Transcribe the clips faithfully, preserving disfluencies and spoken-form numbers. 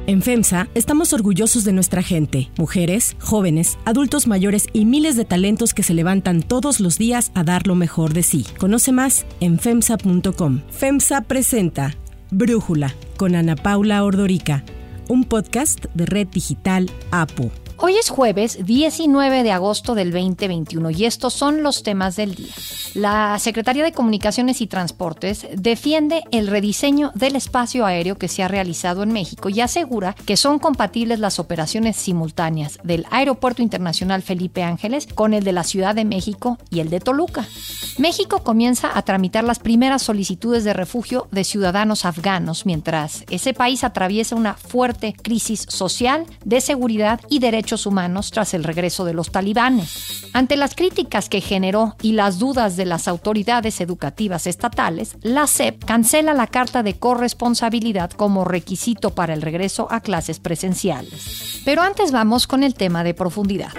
En FEMSA estamos orgullosos de nuestra gente, mujeres, jóvenes, adultos mayores y miles de talentos que se levantan todos los días a dar lo mejor de sí. Conoce más en femsa punto com. FEMSA presenta Brújula con Ana Paula Ordorica, un podcast de Red Digital A P U. Hoy es jueves diecinueve de agosto del veinte veintiuno y estos son los temas del día. La Secretaría de Comunicaciones y Transportes defiende el rediseño del espacio aéreo que se ha realizado en México y asegura que son compatibles las operaciones simultáneas del Aeropuerto Internacional Felipe Ángeles con el de la Ciudad de México y el de Toluca. México comienza a tramitar las primeras solicitudes de refugio de ciudadanos afganos mientras ese país atraviesa una fuerte crisis social, de seguridad y derechos humanos tras el regreso de los talibanes. Ante las críticas que generó y las dudas de las autoridades educativas estatales, la S E P cancela la carta de corresponsabilidad como requisito para el regreso a clases presenciales. Pero antes vamos con el tema de profundidad.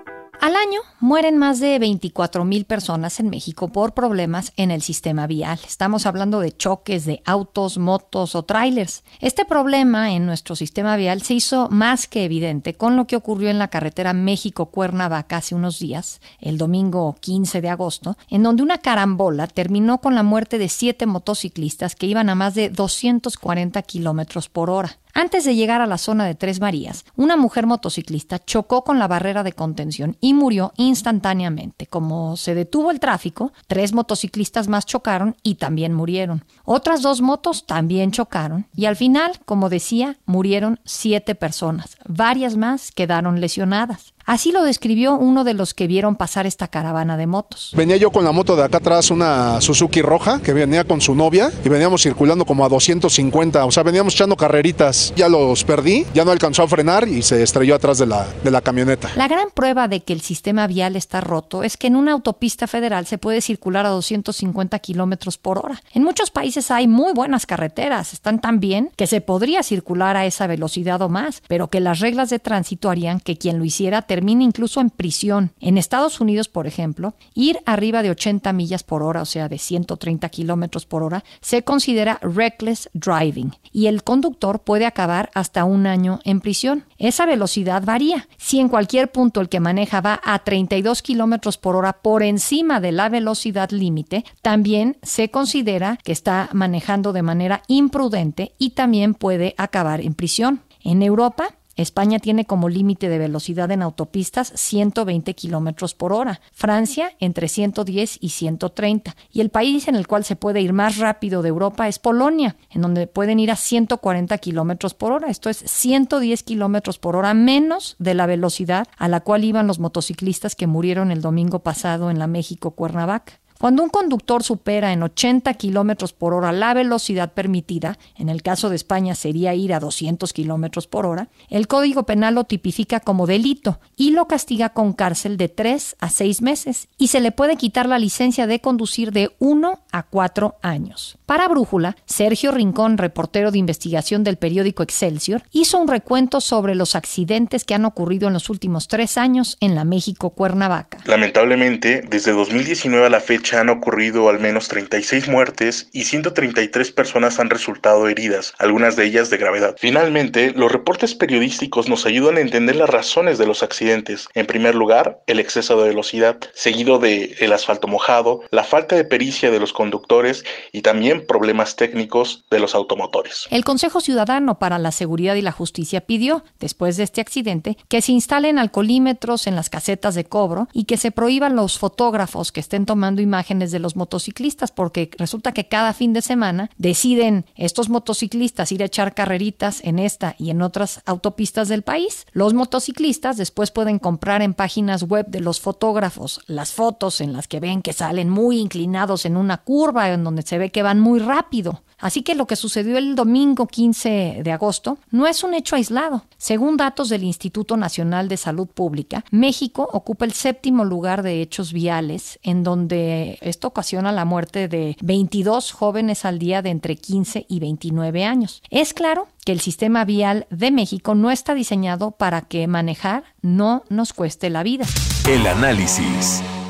Al año mueren más de veinticuatro mil personas en México por problemas en el sistema vial. Estamos hablando de choques de autos, motos o tráilers. Este problema en nuestro sistema vial se hizo más que evidente con lo que ocurrió en la carretera México-Cuernavaca hace unos días, el domingo quince de agosto, en donde una carambola terminó con la muerte de siete motociclistas que iban a más de doscientos cuarenta kilómetros por hora. Antes de llegar a la zona de Tres Marías, una mujer motociclista chocó con la barrera de contención y murió instantáneamente. Como se detuvo el tráfico, tres motociclistas más chocaron y también murieron. Otras dos motos también chocaron y al final, como decía, murieron siete personas. Varias más quedaron lesionadas. Así lo describió uno de los que vieron pasar esta caravana de motos. Venía yo con la moto de acá atrás, una Suzuki roja, que venía con su novia, y veníamos circulando como a doscientos cincuenta, o sea, veníamos echando carreritas. Ya los perdí, ya no alcanzó a frenar y se estrelló atrás de la, de la camioneta. La gran prueba de que el sistema vial está roto es que en una autopista federal se puede circular a doscientos cincuenta kilómetros por hora. En muchos países hay muy buenas carreteras, están tan bien que se podría circular a esa velocidad o más, pero que las reglas de tránsito harían que quien lo hiciera termina incluso en prisión. En Estados Unidos, por ejemplo, ir arriba de ochenta millas por hora, o sea, de ciento treinta kilómetros por hora, se considera reckless driving y el conductor puede acabar hasta un año en prisión. Esa velocidad varía. Si en cualquier punto el que maneja va a treinta y dos kilómetros por hora por encima de la velocidad límite, también se considera que está manejando de manera imprudente y también puede acabar en prisión. En Europa, España tiene como límite de velocidad en autopistas ciento veinte kilómetros por hora, Francia entre ciento diez y ciento treinta, y el país en el cual se puede ir más rápido de Europa es Polonia, en donde pueden ir a ciento cuarenta kilómetros por hora, esto es ciento diez kilómetros por hora menos de la velocidad a la cual iban los motociclistas que murieron el domingo pasado en la México-Cuernavaca. Cuando un conductor supera en ochenta kilómetros por hora la velocidad permitida, en el caso de España sería ir a doscientos kilómetros por hora, el Código Penal lo tipifica como delito y lo castiga con cárcel de tres a seis meses y se le puede quitar la licencia de conducir de uno a cuatro años. Para Brújula, Sergio Rincón, reportero de investigación del periódico Excelsior, hizo un recuento sobre los accidentes que han ocurrido en los últimos tres años en la México-Cuernavaca. Lamentablemente, desde dos mil diecinueve a la fecha han ocurrido al menos treinta y seis muertes y ciento treinta y tres personas han resultado heridas, algunas de ellas de gravedad. Finalmente, los reportes periodísticos nos ayudan a entender las razones de los accidentes. En primer lugar, el exceso de velocidad, seguido de el asfalto mojado, la falta de pericia de los conductores y también problemas técnicos de los automotores. El Consejo Ciudadano para la Seguridad y la Justicia pidió, después de este accidente, que se instalen alcoholímetros en las casetas de cobro y que se prohíban los fotógrafos que estén tomando imágenes imágenes de los motociclistas, porque resulta que cada fin de semana deciden estos motociclistas ir a echar carreritas en esta y en otras autopistas del país. Los motociclistas después pueden comprar en páginas web de los fotógrafos las fotos en las que ven que salen muy inclinados en una curva, en donde se ve que van muy rápido. Así que lo que sucedió el domingo quince de agosto no es un hecho aislado. Según datos del Instituto Nacional de Salud Pública, México ocupa el séptimo lugar de hechos viales, en donde esto ocasiona la muerte de veintidós jóvenes al día de entre quince y veintinueve años. Es claro que el sistema vial de México no está diseñado para que manejar no nos cueste la vida. El análisis.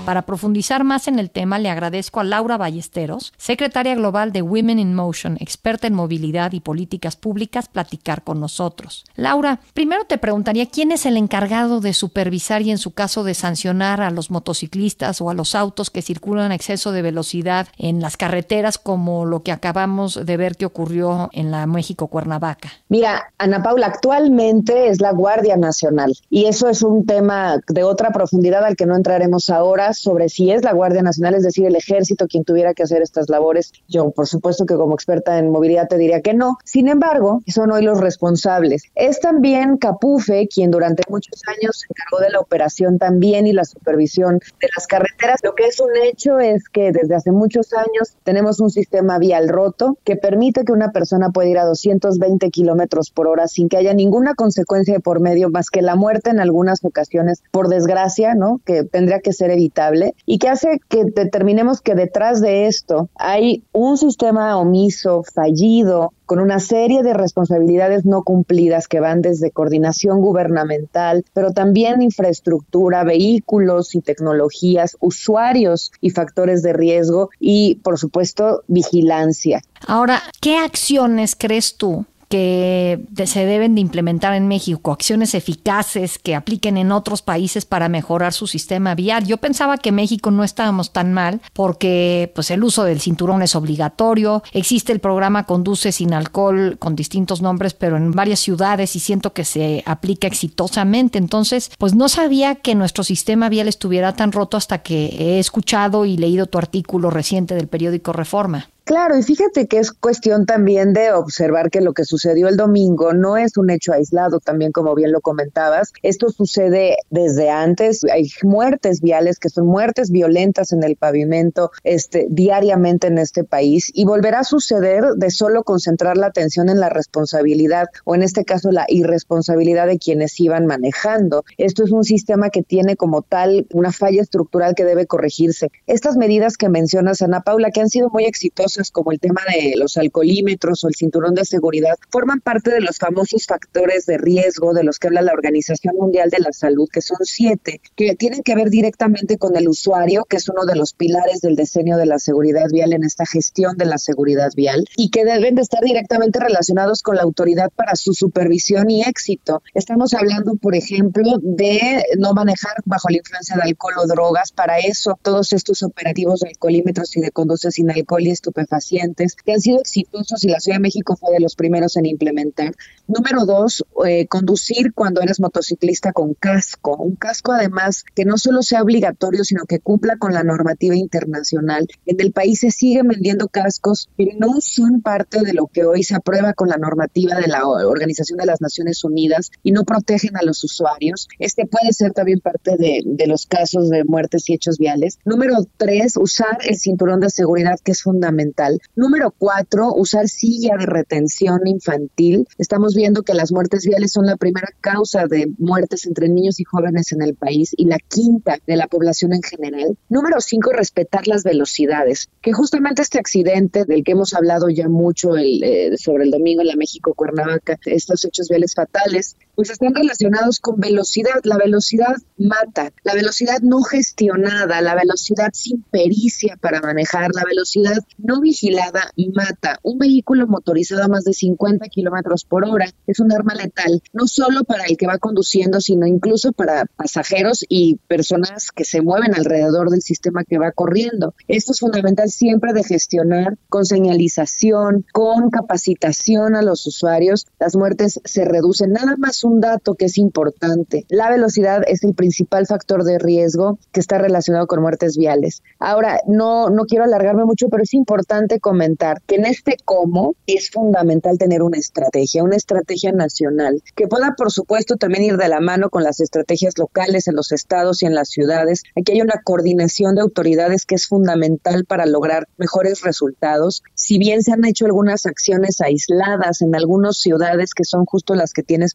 Para profundizar más en el tema, le agradezco a Laura Ballesteros, secretaria global de Women in Motion, experta en movilidad y políticas públicas, platicar con nosotros. Laura, primero te preguntaría quién es el encargado de supervisar y en su caso de sancionar a los motociclistas o a los autos que circulan a exceso de velocidad en las carreteras, como lo que acabamos de ver que ocurrió en la México-Cuernavaca. Mira, Ana Paula, actualmente es la Guardia Nacional y eso es un tema de otra profundidad al que no entraremos ahora sobre si es la Guardia Nacional, es decir, el Ejército quien tuviera que hacer estas labores. Yo, por supuesto que como experta en movilidad te diría que no. Sin embargo, son hoy los responsables. Es también Capufe quien durante muchos años se encargó de la operación también y la supervisión de las carreteras. Lo que es un hecho es que desde hace muchos años tenemos un sistema vial roto que permite que una persona pueda ir a doscientos veinte kilómetros por hora sin que haya ninguna consecuencia de por medio más que la muerte en algunas ocasiones, por desgracia, ¿no? Que tendría que ser evitable y que hace que determinemos que detrás de esto hay un sistema omiso, fallido, con una serie de responsabilidades no cumplidas que van desde coordinación gubernamental, pero también infraestructura, vehículos y tecnologías, usuarios y factores de riesgo y, por supuesto, vigilancia. Ahora, ¿qué acciones crees tú que se deben de implementar en México, acciones eficaces que apliquen en otros países para mejorar su sistema vial? Yo pensaba que en México no estábamos tan mal porque pues el uso del cinturón es obligatorio, existe el programa Conduce sin alcohol con distintos nombres, pero en varias ciudades y siento que se aplica exitosamente. Entonces, pues no sabía que nuestro sistema vial estuviera tan roto hasta que he escuchado y leído tu artículo reciente del periódico Reforma. Claro, y fíjate que es cuestión también de observar que lo que sucedió el domingo no es un hecho aislado, también como bien lo comentabas. Esto sucede desde antes, hay muertes viales que son muertes violentas en el pavimento este, diariamente en este país y volverá a suceder de solo concentrar la atención en la responsabilidad o en este caso la irresponsabilidad de quienes iban manejando. Esto es un sistema que tiene como tal una falla estructural que debe corregirse. Estas medidas que mencionas, Ana Paula, que han sido muy exitosas, como el tema de los alcoholímetros o el cinturón de seguridad, forman parte de los famosos factores de riesgo de los que habla la Organización Mundial de la Salud, que son siete, que tienen que ver directamente con el usuario, que es uno de los pilares del diseño de la seguridad vial en esta gestión de la seguridad vial, y que deben de estar directamente relacionados con la autoridad para su supervisión y éxito. Estamos hablando, por ejemplo, de no manejar bajo la influencia de alcohol o drogas. Para eso, todos estos operativos de alcoholímetros y de conduce sin alcohol y estupefacientes pacientes que han sido exitosos y la Ciudad de México fue de los primeros en implementar. Número dos, eh, conducir cuando eres motociclista con casco. Un casco además que no solo sea obligatorio, sino que cumpla con la normativa internacional. En el país se siguen vendiendo cascos que no son parte de lo que hoy se aprueba con la normativa de la Organización de las Naciones Unidas y no protegen a los usuarios. Este puede ser también parte de, de los casos de muertes y hechos viales. Número tres, usar el cinturón de seguridad, que es fundamental. Número cuatro, usar silla de retención infantil. Estamos viendo que las muertes viales son la primera causa de muertes entre niños y jóvenes en el país y la quinta de la población en general. Número cinco, respetar las velocidades, que justamente este accidente del que hemos hablado ya mucho el, eh, sobre el domingo en la México-Cuernavaca, estos hechos viales fatales, pues están relacionados con velocidad. La velocidad mata, la velocidad no gestionada, la velocidad sin pericia para manejar, la velocidad no vigilada mata. Un vehículo motorizado a más de cincuenta kilómetros por hora es un arma letal, no solo para el que va conduciendo, sino incluso para pasajeros y personas que se mueven alrededor del sistema que va corriendo. Esto es fundamental siempre de gestionar con señalización, con capacitación a los usuarios. Las muertes se reducen. Nada más un dato que es importante. La velocidad es el principal factor de riesgo que está relacionado con muertes viales. Ahora, no, no quiero alargarme mucho, pero es importante comentar que en este cómo es fundamental tener una estrategia, una estrategia nacional, que pueda, por supuesto, también ir de la mano con las estrategias locales en los estados y en las ciudades. Aquí hay una coordinación de autoridades que es fundamental para lograr mejores resultados. Si bien se han hecho algunas acciones aisladas en algunas ciudades que son justo las que tienes presente,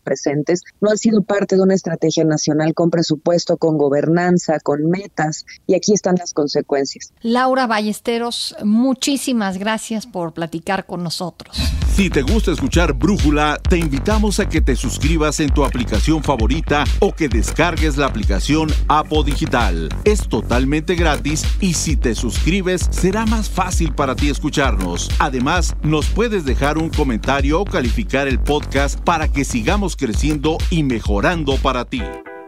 antes, no ha sido parte de una estrategia nacional con presupuesto, con gobernanza, con metas, y aquí están las consecuencias. Laura Ballesteros, muchísimas gracias por platicar con nosotros. Si te gusta escuchar Brújula, te invitamos a que te suscribas en tu aplicación favorita o que descargues la aplicación Apo Digital. Es totalmente gratis y si te suscribes será más fácil para ti escucharnos. Además, nos puedes dejar un comentario o calificar el podcast para que sigamos creciendo y mejorando para ti.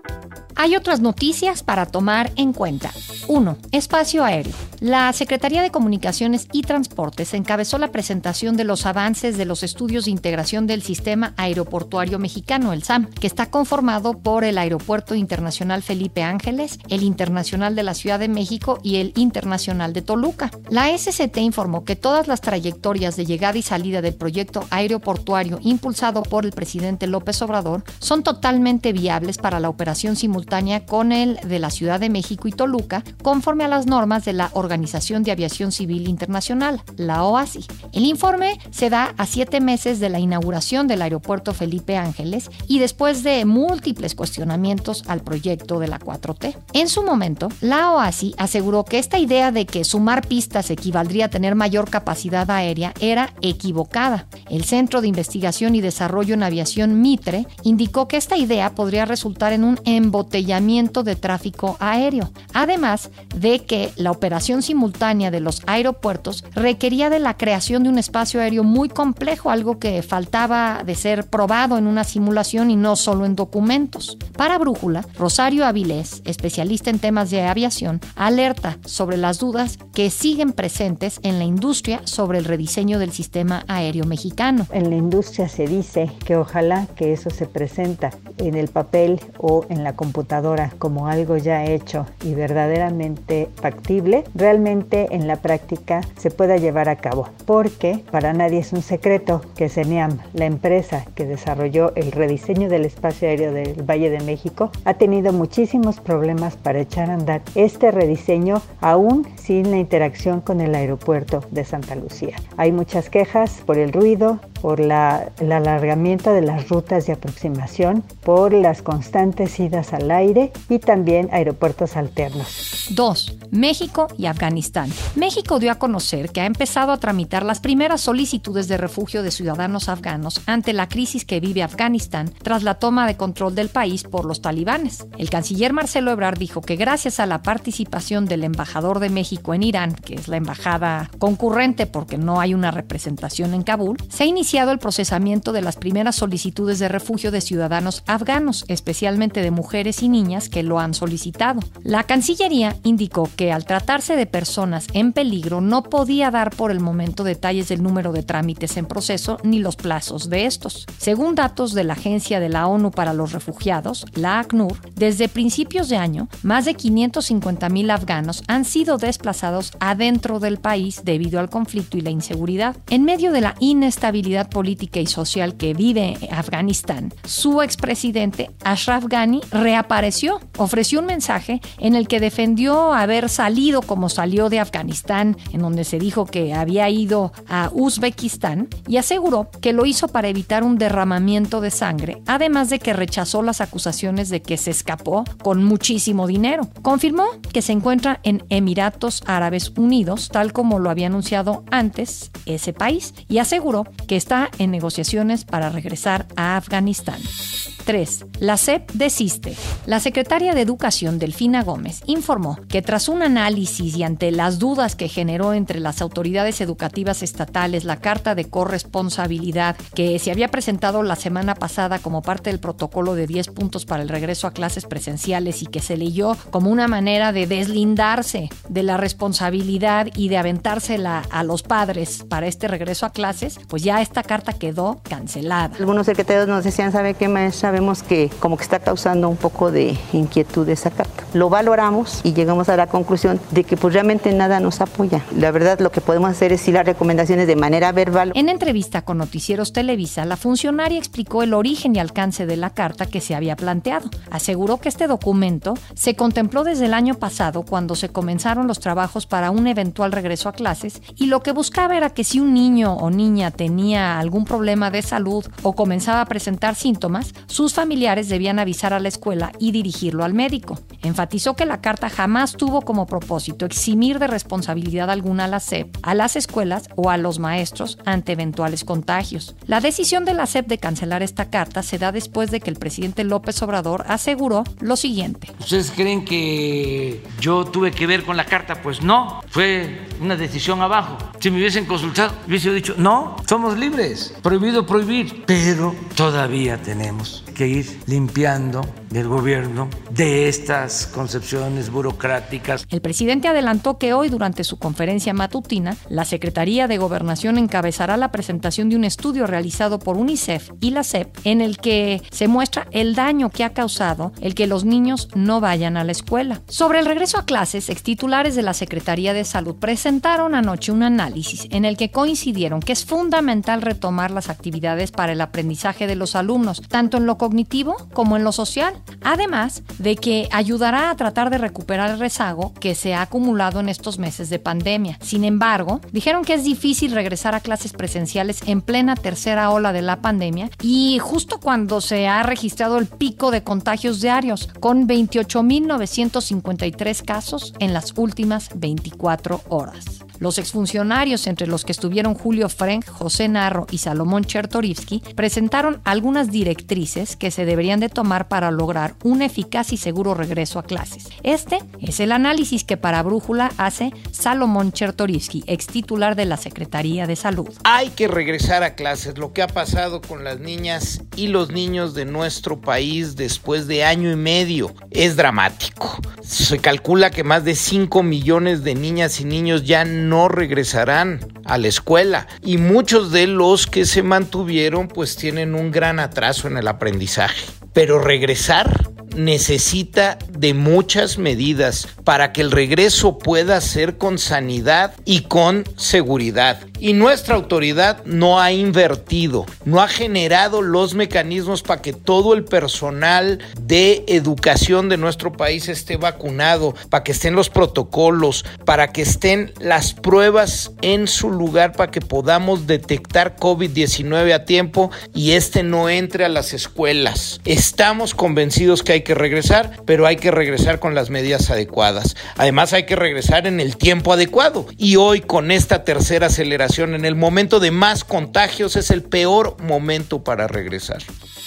Hay otras noticias para tomar en cuenta. uno. Espacio aéreo. La Secretaría de Comunicaciones y Transportes encabezó la presentación de los avances de los estudios de integración del Sistema Aeroportuario Mexicano, el S A M, que está conformado por el Aeropuerto Internacional Felipe Ángeles, el Internacional de la Ciudad de México y el Internacional de Toluca. La S C T informó que todas las trayectorias de llegada y salida del proyecto aeroportuario impulsado por el presidente López Obrador son totalmente viables para la operación simultánea con el de la Ciudad de México y Toluca, conforme a las normas de la Organización de Aviación Civil Internacional, la O A C I. El informe se da a siete meses de la inauguración del aeropuerto Felipe Ángeles y después de múltiples cuestionamientos al proyecto de la cuatro T. En su momento, la O A C I aseguró que esta idea de que sumar pistas equivaldría a tener mayor capacidad aérea era equivocada. El Centro de Investigación y Desarrollo en Aviación Mitre indicó que esta idea podría resultar en un embotellamiento de tráfico aéreo, además de que la operación simultánea de los aeropuertos requería de la creación de un espacio aéreo muy complejo, algo que faltaba de ser probado en una simulación y no solo en documentos. Para Brújula, Rosario Avilés, especialista en temas de aviación, alerta sobre las dudas que siguen presentes en la industria sobre el rediseño del sistema aéreo mexicano. En la industria se dice que ojalá que eso se presenta en el papel o en la computadora como algo ya hecho y verdaderamente factible, realmente en la práctica se pueda llevar a cabo, porque para nadie es un secreto que CENEAM, la empresa que desarrolló el rediseño del espacio aéreo del Valle de México, ha tenido muchísimos problemas para echar a andar este rediseño aún sin la interacción con el aeropuerto de Santa Lucía. Hay muchas quejas por el ruido, por la, el alargamiento de las rutas de aproximación, por las constantes idas al aire y también aeropuertos alternos. dos. México y Afganistán. México dio a conocer que ha empezado a tramitar las primeras solicitudes de refugio de ciudadanos afganos ante la crisis que vive Afganistán tras la toma de control del país por los talibanes. El canciller Marcelo Ebrard dijo que gracias a la participación del embajador de México en Irán, que es la embajada concurrente porque no hay una representación en Kabul, se ha iniciado el procesamiento de las primeras solicitudes de refugio de ciudadanos afganos, especialmente de mujeres y niñas que lo han solicitado. La Cancillería indicó que al tratarse de personas en peligro no podía dar por el momento detalles del número de trámites en proceso ni los plazos de estos. Según datos de la Agencia de la ONU para los Refugiados, la ACNUR, desde principios de año, más de quinientos cincuenta mil afganos han sido desplazados adentro del país debido al conflicto y la inseguridad. En medio de la inestabilidad política y social que vive Afganistán, su expresidente Ashraf Ghani reapareció, ofreció un mensaje en el que defendió haber salido como salió de Afganistán, en donde se dijo que había ido a Uzbekistán, y aseguró que lo hizo para evitar un derramamiento de sangre, además de que rechazó las acusaciones de que se escapó con muchísimo dinero. Confirmó que se encuentra en Emiratos Árabes Unidos, tal como lo había anunciado antes ese país, y aseguró que está en negociaciones para regresar a Afganistán. tres. La S E P desiste. La secretaria de Educación, Delfina Gómez, informó que tras un análisis y ante las dudas que generó entre las autoridades educativas estatales la carta de corresponsabilidad que se había presentado la semana pasada como parte del protocolo de diez puntos para el regreso a clases presenciales y que se leyó como una manera de deslindarse de la responsabilidad y de aventársela a los padres para este regreso a clases, pues ya esta carta quedó cancelada. Algunos secretarios nos decían, ¿sabe qué, maestra? Vemos que como que está causando un poco de inquietud esa carta. Lo valoramos y llegamos a la conclusión de que pues realmente nada nos apoya. La verdad, lo que podemos hacer es ir las recomendaciones de manera verbal. En entrevista con Noticieros Televisa, la funcionaria explicó el origen y alcance de la carta que se había planteado. Aseguró que este documento se contempló desde el año pasado cuando se comenzaron los trabajos para un eventual regreso a clases y lo que buscaba era que si un niño o niña tenía algún problema de salud o comenzaba a presentar síntomas, su sus familiares debían avisar a la escuela y dirigirlo al médico. Enfatizó que la carta jamás tuvo como propósito eximir de responsabilidad alguna a la S E P, a las escuelas o a los maestros ante eventuales contagios. La decisión de la S E P de cancelar esta carta se da después de que el presidente López Obrador aseguró lo siguiente. ¿Ustedes creen que yo tuve que ver con la carta? Pues no, fue una decisión abajo. Si me hubiesen consultado, hubiese dicho, no, somos libres, prohibido prohibir, pero todavía tenemos que ir limpiando del gobierno de estas concepciones burocráticas. El presidente adelantó que hoy, durante su conferencia matutina, la Secretaría de Gobernación encabezará la presentación de un estudio realizado por UNICEF y la S E P en el que se muestra el daño que ha causado el que los niños no vayan a la escuela. Sobre el regreso a clases, extitulares de la Secretaría de Salud presentaron anoche un análisis en el que coincidieron que es fundamental retomar las actividades para el aprendizaje de los alumnos, tanto en lo cognitivo como en lo social, además de que ayudará a tratar de recuperar el rezago que se ha acumulado en estos meses de pandemia. Sin embargo, dijeron que es difícil regresar a clases presenciales en plena tercera ola de la pandemia y justo cuando se ha registrado el pico de contagios diarios, con veintiocho mil novecientos cincuenta y tres casos en las últimas veinticuatro horas. Los exfuncionarios, entre los que estuvieron Julio Frenk, José Narro y Salomón Chertorivsky, presentaron algunas directrices que se deberían de tomar para lograr un eficaz y seguro regreso a clases. Este es el análisis que para Brújula hace Salomón Chertorivsky, ex titular de la Secretaría de Salud. Hay que regresar a clases. Lo que ha pasado con las niñas y los niños de nuestro país después de año y medio es dramático. Se calcula que más de cinco millones de niñas y niños ya no regresarán a la escuela y muchos de los que se mantuvieron pues tienen un gran atraso en el aprendizaje. Pero regresar necesita de muchas medidas para que el regreso pueda ser con sanidad y con seguridad. Y nuestra autoridad no ha invertido, no ha generado los mecanismos para que todo el personal de educación de nuestro país esté vacunado, para que estén los protocolos, para que estén las pruebas en su lugar, para que podamos detectar covid diecinueve a tiempo y este no entre a las escuelas. Estamos convencidos que hay que regresar, pero hay que regresar con las medidas adecuadas. Además, hay que regresar en el tiempo adecuado. Y hoy, con esta tercera aceleración, en el momento de más contagios, es el peor momento para regresar.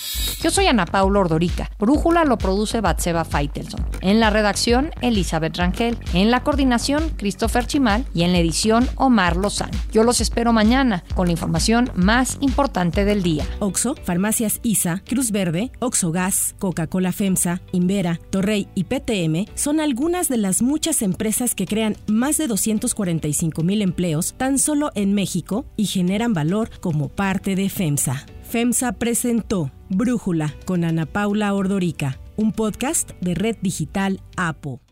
Yo soy Ana Paula Ordorica. Brújula lo produce Batseba Faitelson. En la redacción, Elizabeth Rangel. En la coordinación, Christopher Chimal. Y en la edición, Omar Lozano. Yo los espero mañana con la información más importante del día. Oxxo, Farmacias I S A, Cruz Verde, Oxxo Gas, Coca-Cola FEMSA, Invera, Torrey y P T M son algunas de las muchas empresas que crean más de doscientos cuarenta y cinco mil empleos tan solo en México y generan valor como parte de FEMSA. FEMSA presentó Brújula con Ana Paula Ordorica, un podcast de Red Digital APO.